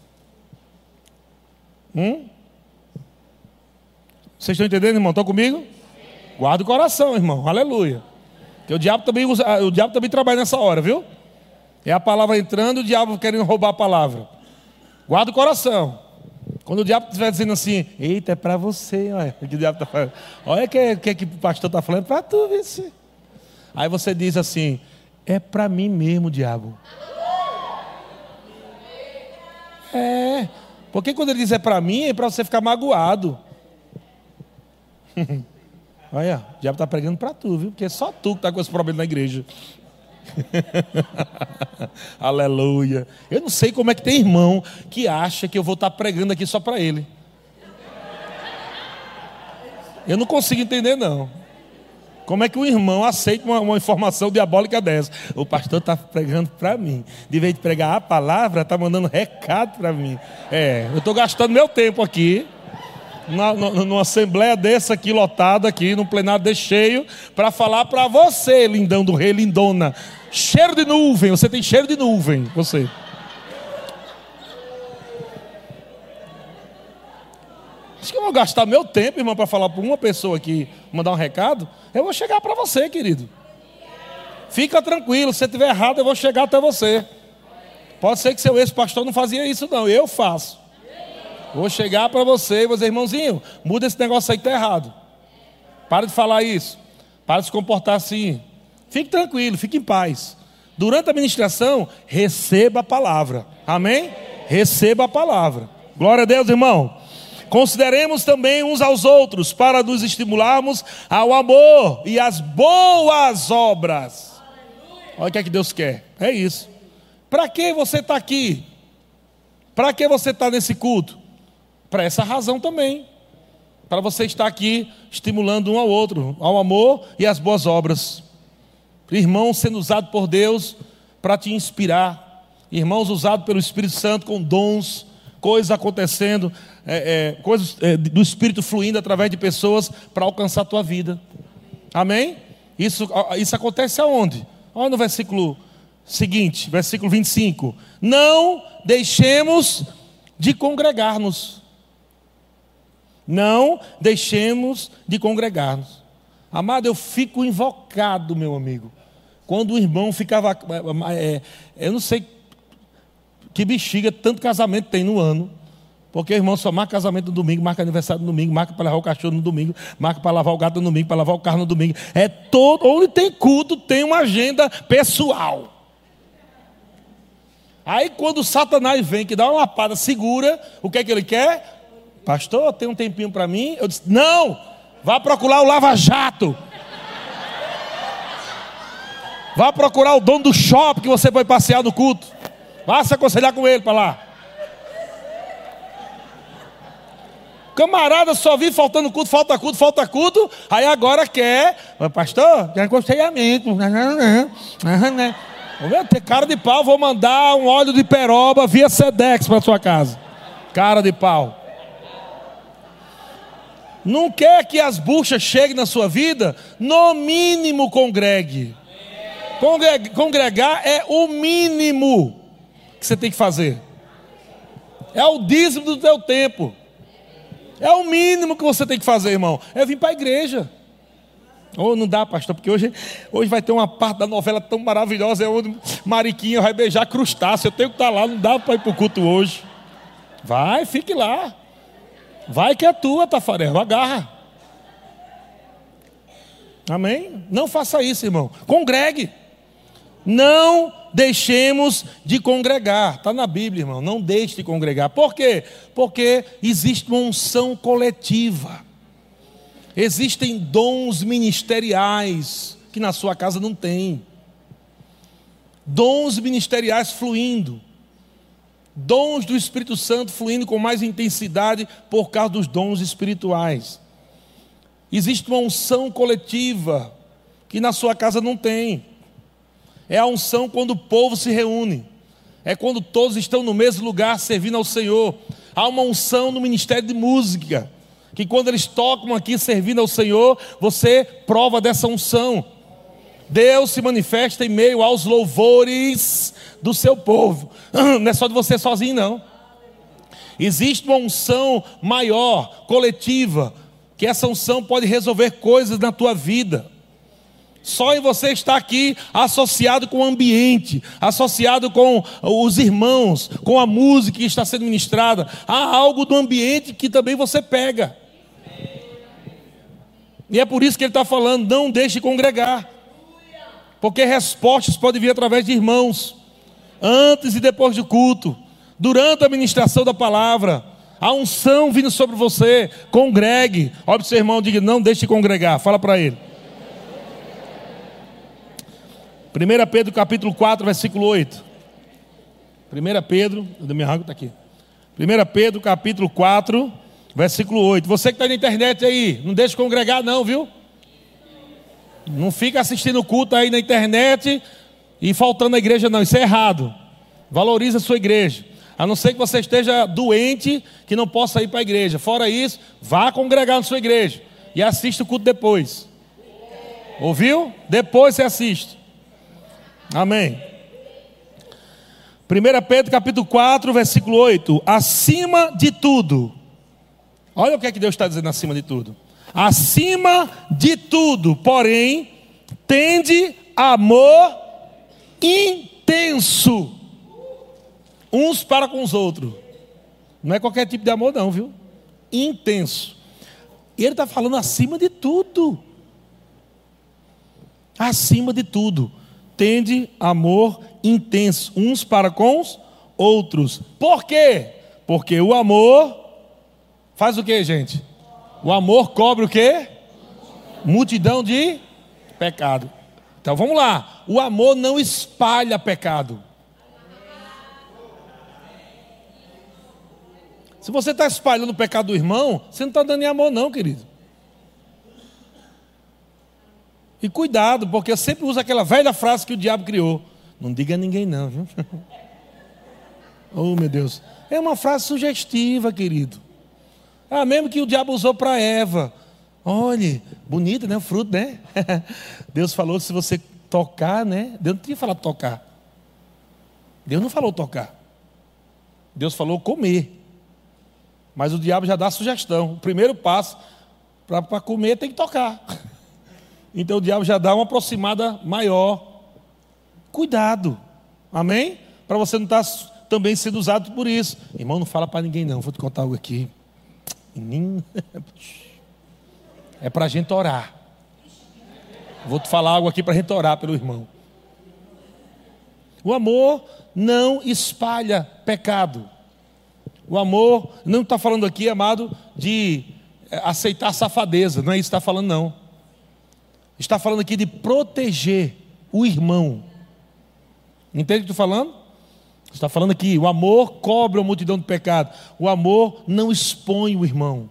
Vocês estão entendendo, irmão? Estão comigo? Guarda o coração, irmão. Aleluia. Porque o diabo também trabalha nessa hora, viu? É a palavra entrando, o diabo querendo roubar a palavra. Guarda o coração. Quando o diabo estiver dizendo assim, eita, é para você, olha o que o diabo está falando. Olha o que o pastor está falando, para tu, vice. Aí você diz assim, é para mim mesmo, diabo. É, porque quando ele diz é para mim, é para você ficar magoado. Olha, o diabo está pregando para tu, viu? Porque é só tu que está com esse problema na igreja. Aleluia. Eu não sei como é que tem irmão que acha que eu vou estar pregando aqui só para ele. Eu não consigo entender, não. Como é que um irmão aceita uma informação diabólica dessa? O pastor está pregando para mim. De vez de pregar a palavra, está mandando recado para mim. Eu estou gastando meu tempo aqui, numa assembleia dessa aqui, lotada aqui, num plenário desse cheio, para falar para você, lindão do rei, lindona. Cheiro de nuvem, você tem cheiro de nuvem, você. Acho que eu vou gastar meu tempo, irmão, para falar para uma pessoa aqui, mandar um recado. Eu vou chegar para você, querido. Fica tranquilo, se você estiver errado, eu vou chegar até você. Pode ser que seu ex-pastor não fazia isso, não. Eu faço. Vou chegar para você e vou dizer, irmãozinho, muda esse negócio aí que está errado. Para de falar isso. Para de se comportar assim. Fique tranquilo, fique em paz. Durante a ministração, receba a palavra. Amém? Receba a palavra. Glória a Deus, irmão. Consideremos também uns aos outros para nos estimularmos ao amor e às boas obras. Olha o que é que Deus quer. É isso. Para que você está aqui? Para que você está nesse culto? Para essa razão também. Para você estar aqui estimulando um ao outro, ao amor e às boas obras. Irmãos sendo usados por Deus para te inspirar. Irmãos usados pelo Espírito Santo com dons, coisas acontecendo, coisas do Espírito fluindo através de pessoas para alcançar a tua vida. Amém? Isso acontece aonde? Olha no versículo seguinte, versículo 25. Não deixemos de congregar-nos. Não deixemos de congregar-nos. Amado, eu fico invocado, meu amigo, quando o irmão ficava, eu não sei que bexiga tanto casamento tem no ano, Porque o irmão só marca casamento no domingo, marca aniversário no domingo, marca para levar o cachorro no domingo, marca para lavar o gato no domingo, para lavar o carro no domingo. É todo, onde tem culto, tem uma agenda pessoal. Aí quando o Satanás vem, que dá uma lapada, segura, o que é que ele quer? Pastor, tem um tempinho para mim? Eu disse, não, vá procurar o Lava Jato. Vá procurar o dono do shopping que você vai passear no culto. Vá se aconselhar com ele para lá. Camarada só vive faltando culto, falta culto. Aí agora quer, pastor, quer aconselhamento. Vou ter cara de pau, vou mandar um óleo de peroba via Sedex para sua casa. Cara de pau. Não quer que as buchas cheguem na sua vida? No mínimo congregue. Congregar é o mínimo que você tem que fazer. É o dízimo do teu tempo. É o mínimo que você tem que fazer, irmão. É vir para a igreja. Ou não dá, pastor, porque hoje vai ter uma parte da novela tão maravilhosa, é onde Mariquinha vai beijar crustáceo. Eu tenho que estar lá, não dá para ir para o culto hoje. Vai, fique lá. Vai que é tua, Tafarel, agarra. Amém? Não faça isso, irmão. Congregue. Não deixemos de congregar. Está na Bíblia, irmão. Não deixe de congregar. Por quê? Porque existe uma unção coletiva. Existem dons ministeriais que na sua casa não tem. Dons ministeriais fluindo. Dons do Espírito Santo fluindo com mais intensidade por causa dos dons espirituais. Existe uma unção coletiva que na sua casa não tem. É a unção quando o povo se reúne. É quando todos estão no mesmo lugar servindo ao Senhor. Há uma unção no ministério de música, que quando eles tocam aqui servindo ao Senhor, você prova dessa unção. Deus se manifesta em meio aos louvores do seu povo. Não é só de você sozinho, não. Existe uma unção maior, coletiva, que essa unção pode resolver coisas na tua vida. Só em você estar aqui associado com o ambiente, associado com os irmãos, com a música que está sendo ministrada. Há algo do ambiente que também você pega. E é por isso que ele está falando, não deixe de congregar. Porque respostas podem vir através de irmãos, antes e depois do culto, durante a ministração da palavra. A unção vindo sobre você, congregue. Olha para o seu irmão e diga, não deixe de congregar. Fala para ele. 1 Pedro capítulo 4, versículo 8. 1 Pedro, o meu água está aqui. 1 Pedro capítulo 4, versículo 8. Você que está na internet aí, não deixe de congregar não, viu? Não fica assistindo o culto aí na internet e faltando a igreja não, isso é errado. Valorize a sua igreja. A não ser que você esteja doente, que não possa ir para a igreja. Fora isso, vá congregar na sua igreja e assista o culto depois. Ouviu? Depois você assiste. Amém. 1 Pedro capítulo 4, versículo 8. Acima de tudo. Olha o que é que Deus está dizendo acima de tudo. Acima de tudo, porém, tende amor intenso uns para com os outros. Não é qualquer tipo de amor não, viu? Intenso. E ele está falando acima de tudo. Acima de tudo. Tende amor intenso uns para com os outros. Por quê? Porque o amor faz o quê, gente? O amor cobre o quê? Multidão de pecado. Então vamos lá. O amor não espalha pecado. Se você está espalhando o pecado do irmão, você não está dando em amor não, querido. E cuidado, porque eu sempre uso aquela velha frase que o diabo criou. Não diga a ninguém não, viu? Oh, meu Deus. É uma frase sugestiva, querido. Ah, mesmo que o diabo usou para Eva. Olhe, bonito, né? O fruto, né? Deus falou, se você tocar, né? Deus não tinha falado tocar. Deus não falou tocar. Deus falou comer. Mas o diabo já dá a sugestão. O primeiro passo para comer tem que tocar. Então o diabo já dá uma aproximada maior. Cuidado. Amém? Para você não estar também sendo usado por isso. Irmão, não fala para ninguém não, vou te contar algo aqui. Menino, é para a gente orar. Vou te falar algo aqui para a gente orar pelo irmão. O amor não espalha pecado. O amor não está falando aqui, amado, de aceitar safadeza. Não é isso que está falando, não. Está falando aqui de proteger o irmão. Entende o que estou falando? Está falando aqui, o amor cobre a multidão de pecado. O amor não expõe o irmão.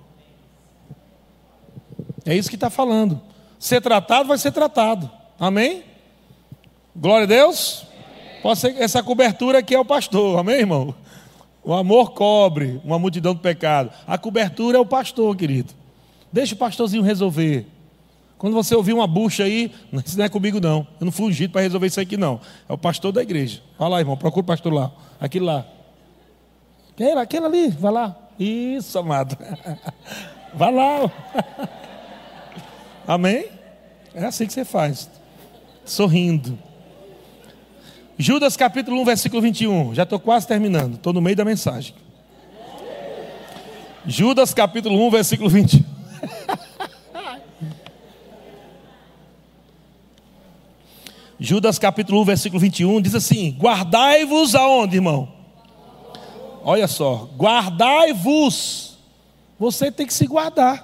É isso que está falando. Ser tratado vai ser tratado. Amém? Glória a Deus. Pode ser essa cobertura aqui é o pastor. Amém, irmão? O amor cobre uma multidão de pecado. A cobertura é o pastor, querido. Deixa o pastorzinho resolver. Quando você ouvir uma bucha aí, isso não é comigo não. Eu não fui ungido para resolver isso aqui não. É o pastor da igreja. Vai lá, irmão, procura o pastor lá. Aquele lá. Aquele ali, vai lá. Isso, amado. Vai lá. Amém? É assim que você faz. Sorrindo. Judas capítulo 1, versículo 21. Já estou quase terminando. Estou no meio da mensagem. Judas capítulo 1, versículo 21. Judas capítulo 1, versículo 21 diz assim: guardai-vos aonde, irmão? Olha só, guardai-vos. Você tem que se guardar.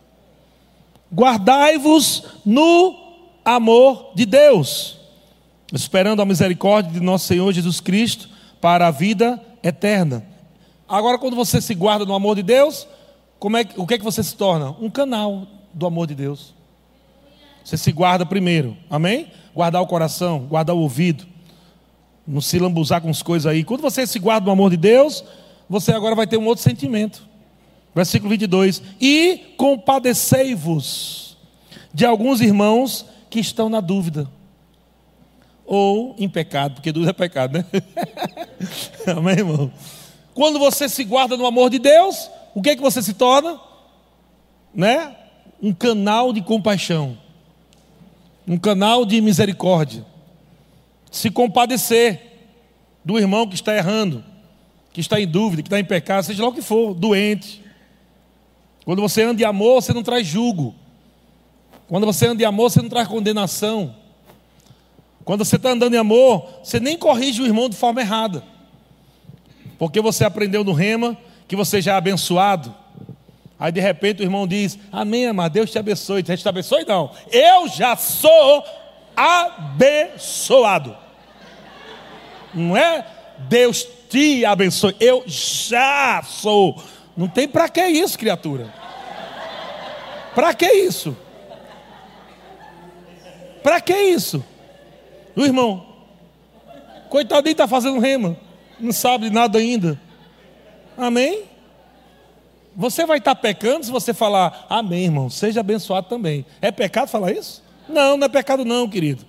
Guardai-vos no amor de Deus, esperando a misericórdia de nosso Senhor Jesus Cristo para a vida eterna. Agora, quando você se guarda no amor de Deus, o que é que você se torna? Um canal do amor de Deus. Você se guarda primeiro, amém? Guardar o coração, guardar o ouvido, não se lambuzar com as coisas aí. Quando você se guarda no amor de Deus, você agora vai ter um outro sentimento. Versículo 22. E compadecei-vos de alguns irmãos que estão na dúvida, ou em pecado, porque dúvida é pecado, né? Amém, irmão? Quando você se guarda no amor de Deus, o que é que você se torna? Né? Um canal de compaixão, um canal de misericórdia. Se compadecer do irmão que está errando, que está em dúvida, que está em pecado, seja lá o que for, doente. Quando você anda em amor, você não traz jugo. Quando você anda em amor, você não traz condenação. Quando você está andando em amor, você nem corrige o irmão de forma errada, porque você aprendeu no rema que você já é abençoado. Aí de repente o irmão diz: amém, amado, Deus te abençoe. Deus te abençoe não, eu já sou abençoado. Não é Deus te abençoe, eu já sou. Não tem para que isso, criatura. Para que isso? Para que isso? O irmão, coitadinho, está fazendo rema, não sabe de nada ainda. Amém? Você vai estar pecando se você falar amém, irmão, seja abençoado também. É pecado falar isso? Não, não é pecado não, querido.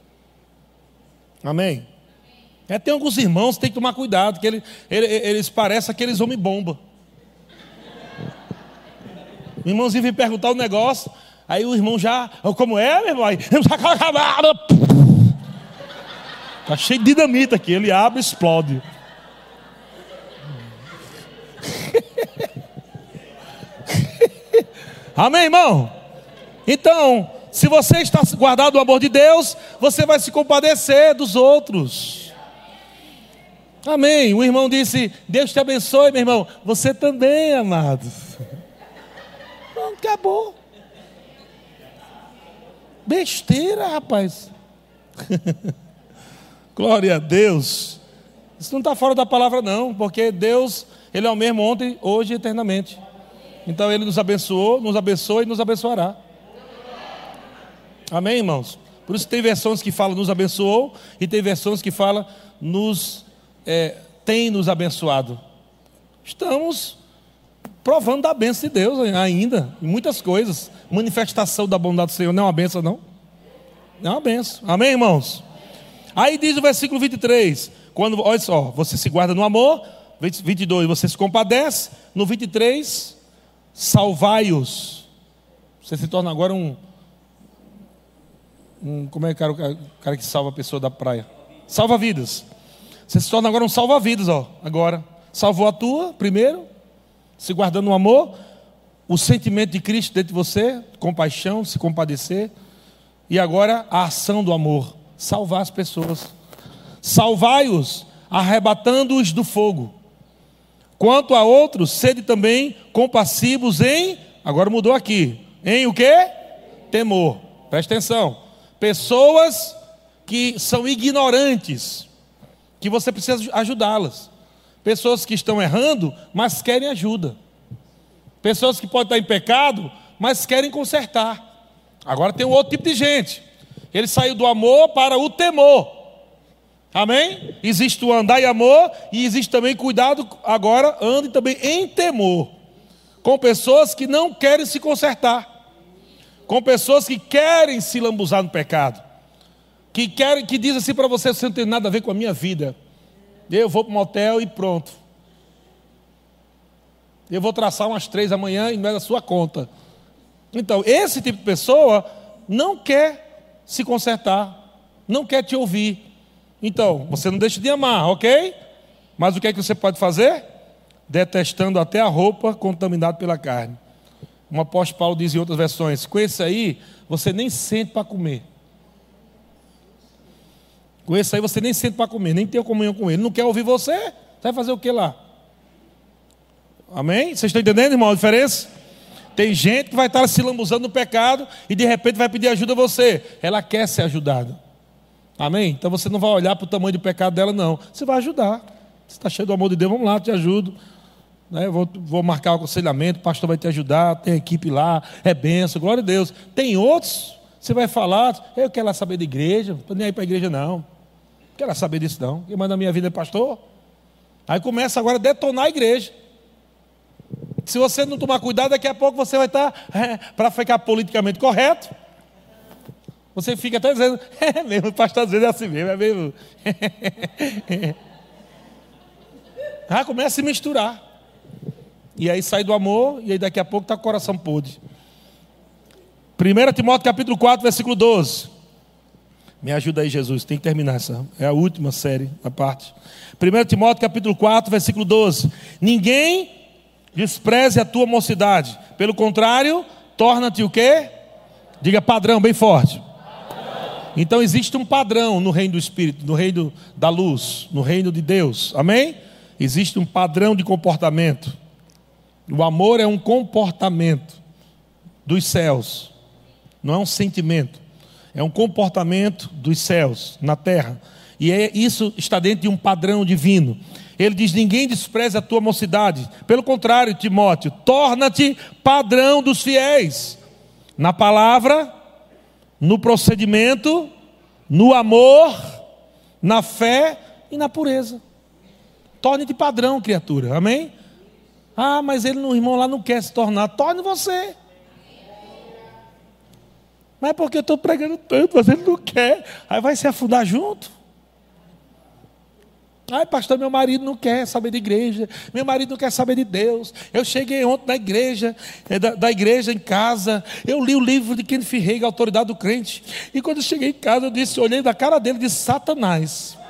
Amém? Tem alguns irmãos que tem que tomar cuidado, que eles parecem aqueles homem-bomba. O irmãozinho vem perguntar um negócio, aí o irmão já, como é, meu irmão? Aí, está cheio de dinamite aqui, ele abre e explode. Amém, irmão? Então, se você está guardado no amor de Deus, você vai se compadecer dos outros. Amém. O irmão disse: Deus te abençoe, meu irmão. Você também, amado. Não, acabou. Besteira, rapaz. Glória a Deus. Isso não está fora da palavra não, porque Deus, Ele é o mesmo ontem, hoje e eternamente. Então Ele nos abençoou, nos abençoa e nos abençoará. Amém, irmãos? Por isso tem versões que falam nos abençoou, e tem versões que falam tem nos abençoado. Estamos provando da bênção de Deus ainda, em muitas coisas. Manifestação da bondade do Senhor não é uma bênção não? Não é uma bênção. Amém, irmãos? Aí diz o versículo 23, quando, olha só, você se guarda no amor. 22, você se compadece. No 23, salvai-os. Você se torna agora como é que o cara que salva a pessoa da praia? Salva vidas. Você se torna agora um salva-vidas, ó. Agora, salvou a tua, primeiro, se guardando no amor, o sentimento de Cristo dentro de você, compaixão, se compadecer, e agora a ação do amor, salvar as pessoas. Salvai-os, arrebatando-os do fogo. Quanto a outros, sede também compassivos em, agora mudou aqui, em o quê? Temor. Presta atenção. Pessoas que são ignorantes, que você precisa ajudá-las. Pessoas que estão errando, mas querem ajuda. Pessoas que podem estar em pecado, mas querem consertar. Agora tem um outro tipo de gente. Ele saiu do amor para o temor. Amém? Existe o andar em amor e existe também cuidado, agora ande também em temor. Com pessoas que não querem se consertar. Com pessoas que querem se lambuzar no pecado. Que diz assim para você: você não tem nada a ver com a minha vida. Eu vou para o motel e pronto. Eu vou traçar umas 3 amanhã e não é da sua conta. Então, esse tipo de pessoa não quer se consertar, não quer te ouvir. Então, você não deixa de amar, ok? Mas o que é que você pode fazer? Detestando até a roupa contaminada pela carne. O apóstolo Paulo diz em outras versões: com esse aí, você nem sente para comer. Com esse aí você nem sente para comer, nem tem comunhão com ele. Não quer ouvir você? Você vai fazer o que lá? Amém? Vocês estão entendendo, irmão, a diferença? Tem gente que vai estar se lambuzando no pecado e de repente vai pedir ajuda a você. Ela quer ser ajudada. Amém? Então você não vai olhar para o tamanho do pecado dela, não. Você vai ajudar. Você está cheio do amor de Deus, vamos lá, te ajudo. Eu vou marcar o aconselhamento, o pastor vai te ajudar, tem equipe lá, é benção, glória a Deus. Tem outros, você vai falar: eu quero lá saber de igreja, não estou nem aí para a igreja não. Não quero saber disso não. Quem manda a minha vida é pastor. Aí começa agora a detonar a igreja. Se você não tomar cuidado, daqui a pouco você vai estar, para ficar politicamente correto, você fica até dizendo: é mesmo, o pastor às vezes é assim mesmo, é mesmo. Começa a se misturar. E aí sai do amor, e aí daqui a pouco está com o coração podre. 1 Timóteo capítulo 4, versículo 12. Me ajuda aí, Jesus, tem que terminar essa. É a última série, a parte. 1 Timóteo capítulo 4, versículo 12. Ninguém despreze a tua mocidade. Pelo contrário, torna-te o quê? Diga padrão, bem forte. Então existe um padrão no reino do Espírito, no reino da luz, no reino de Deus. Amém? Existe um padrão de comportamento. O amor é um comportamento dos céus. Não é um sentimento. É um comportamento dos céus, na terra. E isso está dentro de um padrão divino. Ele diz: ninguém despreze a tua mocidade. Pelo contrário, Timóteo, torna-te padrão dos fiéis. Na palavra, no procedimento, no amor, na fé e na pureza. Torne-te padrão, criatura. Amém? Mas ele, o irmão lá não quer se tornar. Torne você. Mas é porque eu estou pregando tanto, mas ele não quer. Aí vai se afundar junto. Pastor, meu marido não quer saber de igreja. Meu marido não quer saber de Deus. Eu cheguei ontem na igreja, da igreja em casa. Eu li o livro de Kenneth Hagin, A Autoridade do Crente. E quando eu cheguei em casa, eu olhei na cara dele e disse: Satanás.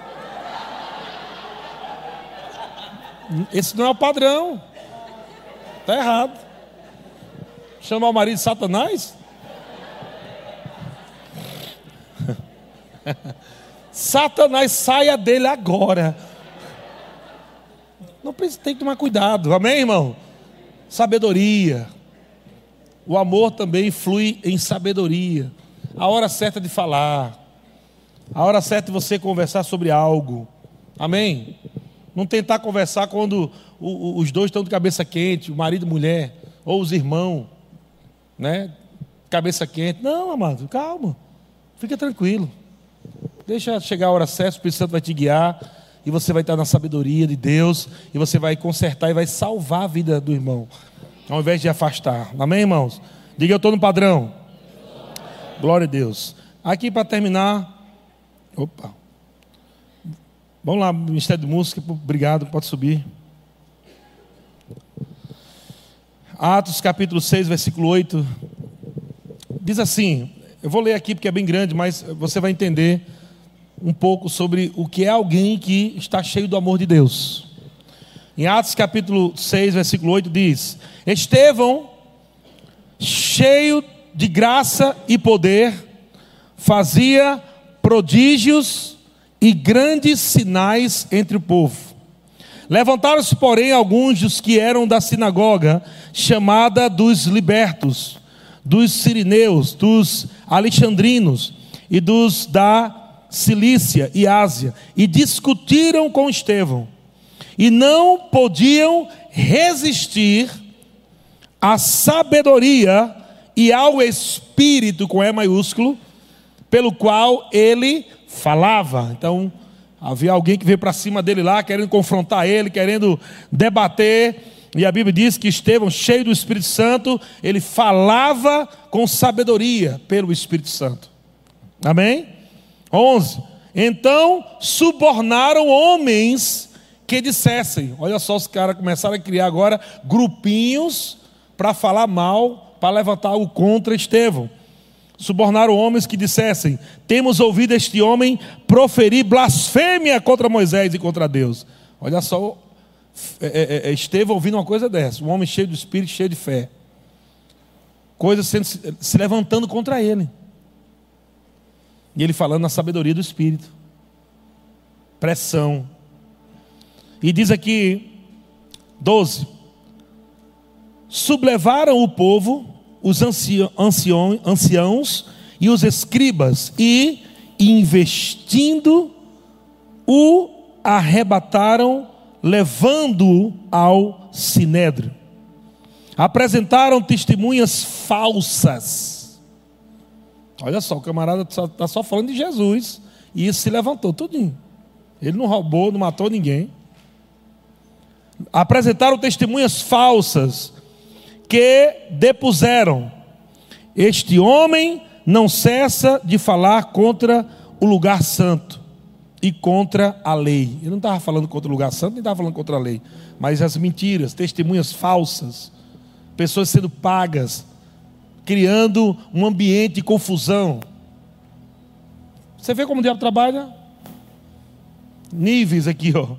Esse não é o padrão. Está errado. Chamar o marido de Satanás? Satanás, saia dele agora. Não precisa, tem que tomar cuidado. Amém, irmão? Sabedoria. O amor também flui em sabedoria. A hora certa de falar. A hora certa de você conversar sobre algo. Amém? Não tentar conversar quando os dois estão de cabeça quente, o marido e mulher, ou os irmãos, né? Cabeça quente. Não, amado, calma. Fica tranquilo. Deixa chegar a hora certa, o Espírito Santo vai te guiar, e você vai estar na sabedoria de Deus, e você vai consertar e vai salvar a vida do irmão, ao invés de afastar. Amém, irmãos? Diga: eu estou no padrão. Glória a Deus. Aqui para terminar. Vamos lá, Ministério de Música, obrigado, pode subir. Atos capítulo 6, versículo 8. Diz assim, eu vou ler aqui porque é bem grande, mas você vai entender um pouco sobre o que é alguém que está cheio do amor de Deus. Em Atos capítulo 6, versículo 8 diz: Estevão, cheio de graça e poder, fazia prodígios e grandes sinais entre o povo. Levantaram-se, porém, alguns dos que eram da sinagoga, chamada dos libertos, dos sirineus, dos alexandrinos e dos da Cilícia e Ásia, e discutiram com Estevão, e não podiam resistir à sabedoria e ao Espírito, com E maiúsculo, pelo qual ele falava. Então, havia alguém que veio para cima dele lá, querendo confrontar ele, querendo debater. E a Bíblia diz que Estevão, cheio do Espírito Santo, ele falava com sabedoria pelo Espírito Santo. Amém? 11. Então subornaram homens que dissessem. Olha só, os caras começaram a criar agora grupinhos para falar mal, para levantar o contra Estevão. Subornaram homens que dissessem: temos ouvido este homem proferir blasfêmia contra Moisés e contra Deus. Olha só, Estevão ouvindo uma coisa dessa, um homem cheio do Espírito, cheio de fé, coisas se levantando contra ele, e ele falando na sabedoria do Espírito, pressão. E diz aqui 12: sublevaram o povo, os anciãos e os escribas, e investindo o arrebataram, levando-o ao sinédrio. Apresentaram testemunhas falsas. Olha só, o camarada está só falando de Jesus, e isso se levantou tudinho. Ele não roubou, não matou ninguém. Apresentaram testemunhas falsas, que depuseram: este homem não cessa de falar contra o lugar santo e contra a lei. Ele não estava falando contra o lugar santo, nem estava falando contra a lei, mas as mentiras, testemunhas falsas, pessoas sendo pagas, criando um ambiente de confusão. Você vê como o diabo trabalha? Níveis aqui, ó.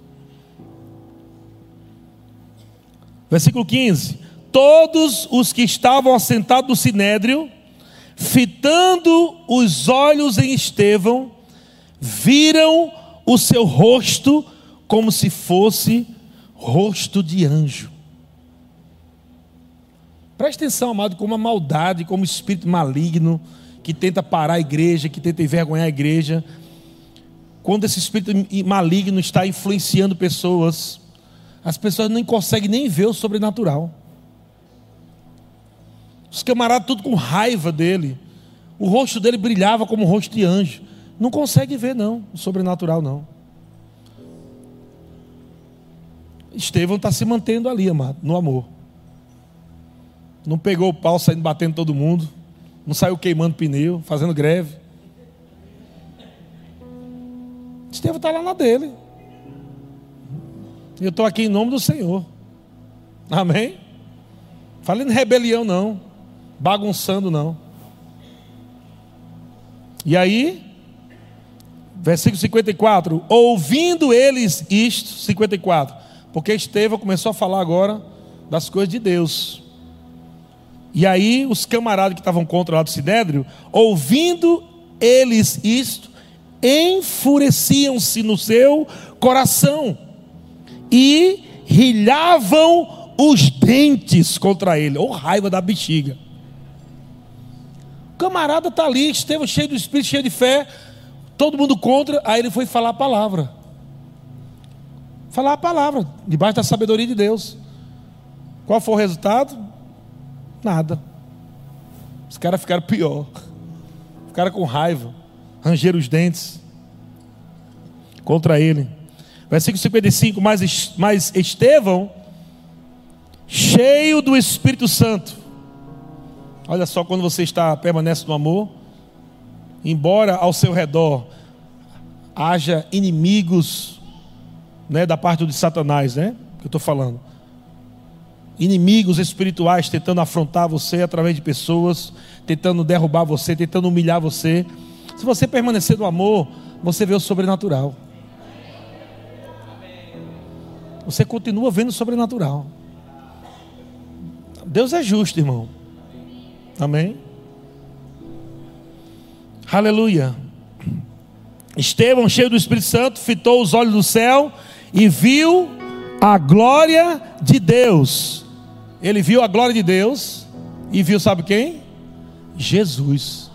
Versículo 15: todos os que estavam assentados no sinédrio, fitando os olhos em Estevão, viram o seu rosto como se fosse rosto de anjo. Preste atenção, amado, como a maldade, como o espírito maligno que tenta parar a igreja, que tenta envergonhar a igreja. Quando esse espírito maligno está influenciando pessoas, as pessoas não conseguem nem ver o sobrenatural. Os camaradas tudo com raiva dele, o rosto dele brilhava como o rosto de anjo. Não consegue ver não, o sobrenatural não. Estevão está se mantendo ali, amado, no amor. Não pegou o pau saindo batendo todo mundo, não saiu queimando pneu, fazendo greve. Estevão está lá na dele. E eu estou aqui em nome do Senhor. Amém? Falando em rebelião não, bagunçando não. E aí, versículo 54, ouvindo eles isto, 54, porque Estevão começou a falar agora das coisas de Deus. E aí os camaradas que estavam contra lá do sinédrio, ouvindo eles isto, enfureciam-se no seu coração e rilhavam os dentes contra ele. Ou raiva da bexiga. O camarada está ali, Estevão cheio do Espírito, cheio de fé, todo mundo contra. Aí ele foi falar a palavra. Falar a palavra, debaixo da sabedoria de Deus. Qual foi o resultado? Nada. Os caras ficaram pior. Ficaram com raiva, rangeram os dentes contra ele. Versículo 55, mas Estevão, cheio do Espírito Santo. Olha só, quando você permanece no amor, embora ao seu redor haja inimigos, né, da parte de Satanás, né, que eu estou falando, inimigos espirituais tentando afrontar você através de pessoas, tentando derrubar você, tentando humilhar você. Se você permanecer no amor, você vê o sobrenatural. Você continua vendo o sobrenatural. Deus é justo, irmão. Amém? Aleluia. Estevão, cheio do Espírito Santo, fitou os olhos do céu e viu a glória de Deus. Ele viu a glória de Deus e viu, sabe quem? Jesus.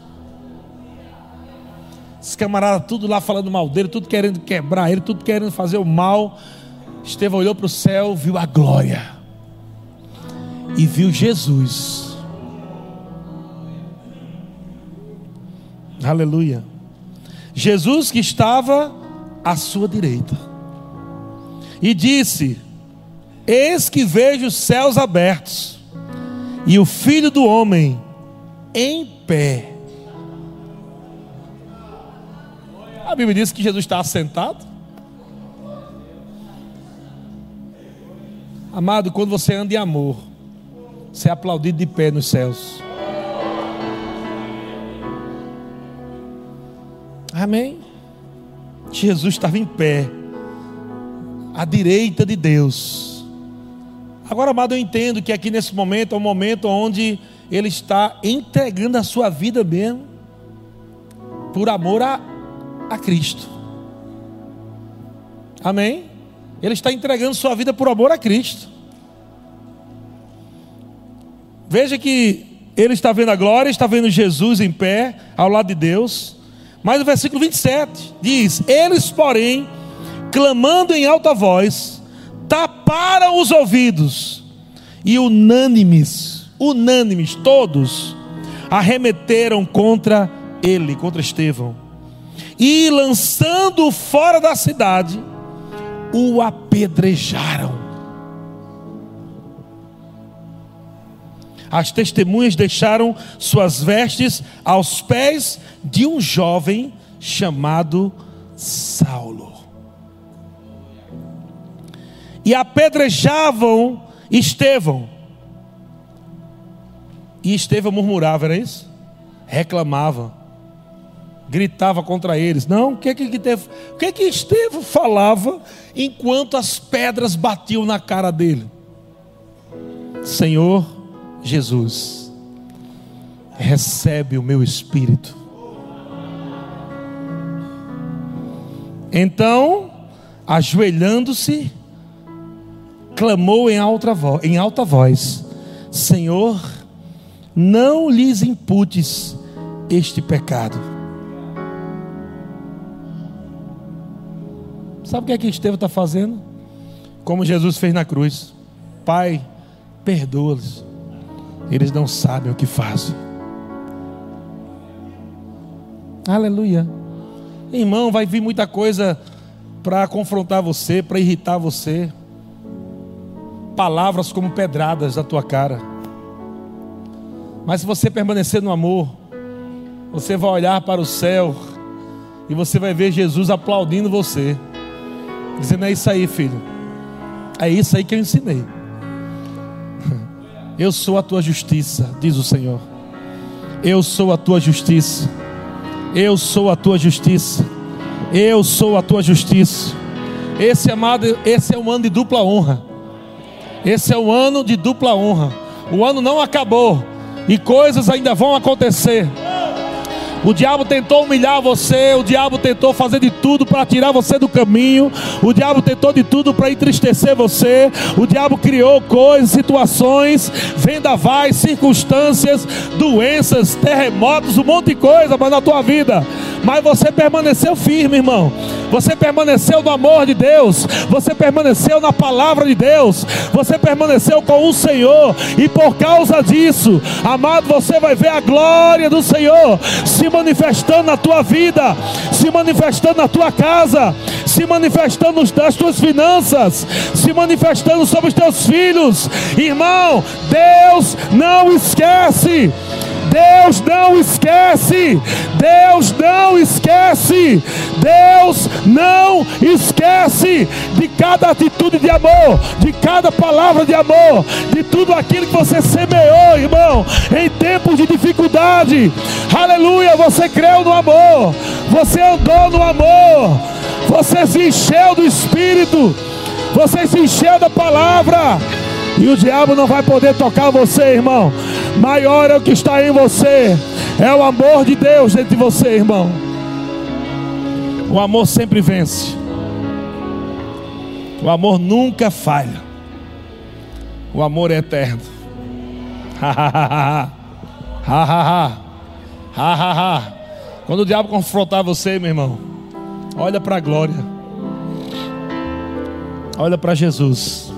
Esse camarada tudo lá falando mal dele, tudo querendo quebrar ele, tudo querendo fazer o mal. Estevão olhou para o céu, viu a glória e viu Jesus. Aleluia. Jesus que estava à sua direita, e disse: eis que vejo os céus abertos e o Filho do Homem em pé. A Bíblia diz que Jesus está assentado. Amado, quando você anda em amor, você é aplaudido de pé nos céus. Amém? Jesus estava em pé, à direita de Deus. Agora, amado, eu entendo que aqui nesse momento é um momento onde Ele está entregando a sua vida mesmo, por amor a Cristo. Amém? Ele está entregando sua vida por amor a Cristo. Veja que ele está vendo a glória, está vendo Jesus em pé, ao lado de Deus. Mas o versículo 27 diz: eles, porém, clamando em alta voz, taparam os ouvidos, e unânimes, todos, arremeteram contra ele, contra Estevão, e lançando-o fora da cidade, o apedrejaram. As testemunhas deixaram suas vestes aos pés de um jovem chamado Saulo, e apedrejavam Estevão. E Estevão murmurava, era isso? Reclamava, gritava contra eles. Não, o que Estevão falava enquanto as pedras batiam na cara dele? Senhor Jesus, recebe o meu espírito. Então, ajoelhando-se, clamou em alta voz: Senhor, não lhes imputes este pecado. Sabe o que Estevão está fazendo? Como Jesus fez na cruz: Pai, perdoa-los, eles não sabem o que fazem. Aleluia. Irmão, vai vir muita coisa para confrontar você, para irritar você. Palavras como pedradas na tua cara. Mas se você permanecer no amor, você vai olhar para o céu e você vai ver Jesus aplaudindo você, dizendo: é isso aí, filho, é isso aí que eu ensinei. Eu sou a tua justiça, diz o Senhor. Eu sou a tua justiça. Eu sou a tua justiça. Eu sou a tua justiça. Esse, amado, esse é um ano de dupla honra. Esse é um ano de dupla honra. O ano não acabou e coisas ainda vão acontecer. O diabo tentou humilhar você, o diabo tentou fazer de tudo para tirar você do caminho, o diabo tentou de tudo para entristecer você, o diabo criou coisas, situações, vendavais, circunstâncias, doenças, terremotos, um monte de coisa na tua vida, mas você permaneceu firme, irmão. Você permaneceu no amor de Deus, você permaneceu na palavra de Deus, você permaneceu com o Senhor, e por causa disso, amado, você vai ver a glória do Senhor se manifestando na tua vida, se manifestando na tua casa, se manifestando nas tuas finanças, se manifestando sobre os teus filhos. Irmão, Deus não esquece. Deus não esquece. Deus não esquece. Deus não esquece de cada atitude de amor, de cada palavra de amor, de tudo aquilo que você semeou, irmão, em tempos de dificuldade. Aleluia, você creu no amor, Você andou no amor. Você se encheu do Espírito. Você se encheu da palavra. E o diabo não vai poder tocar você, irmão. Maior é o que está em você. É o amor de Deus dentro de você, irmão. O amor sempre vence. O amor nunca falha. O amor é eterno. Quando o diabo confrontar você, meu irmão, olha para a glória. Olha para Jesus.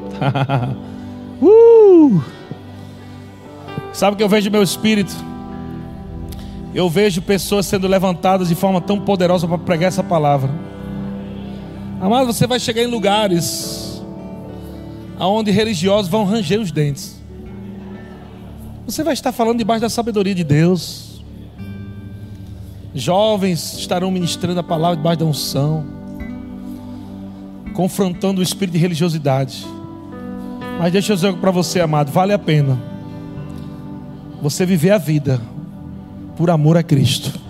Sabe o que eu vejo no meu espírito? Eu vejo pessoas sendo levantadas de forma tão poderosa para pregar essa palavra. Amado, você vai chegar em lugares onde religiosos vão ranger os dentes. Você vai estar falando debaixo da sabedoria de Deus. Jovens estarão ministrando a palavra debaixo da unção, confrontando o espírito de religiosidade. Mas deixa eu dizer para você, amado, vale a pena você viver a vida por amor a Cristo.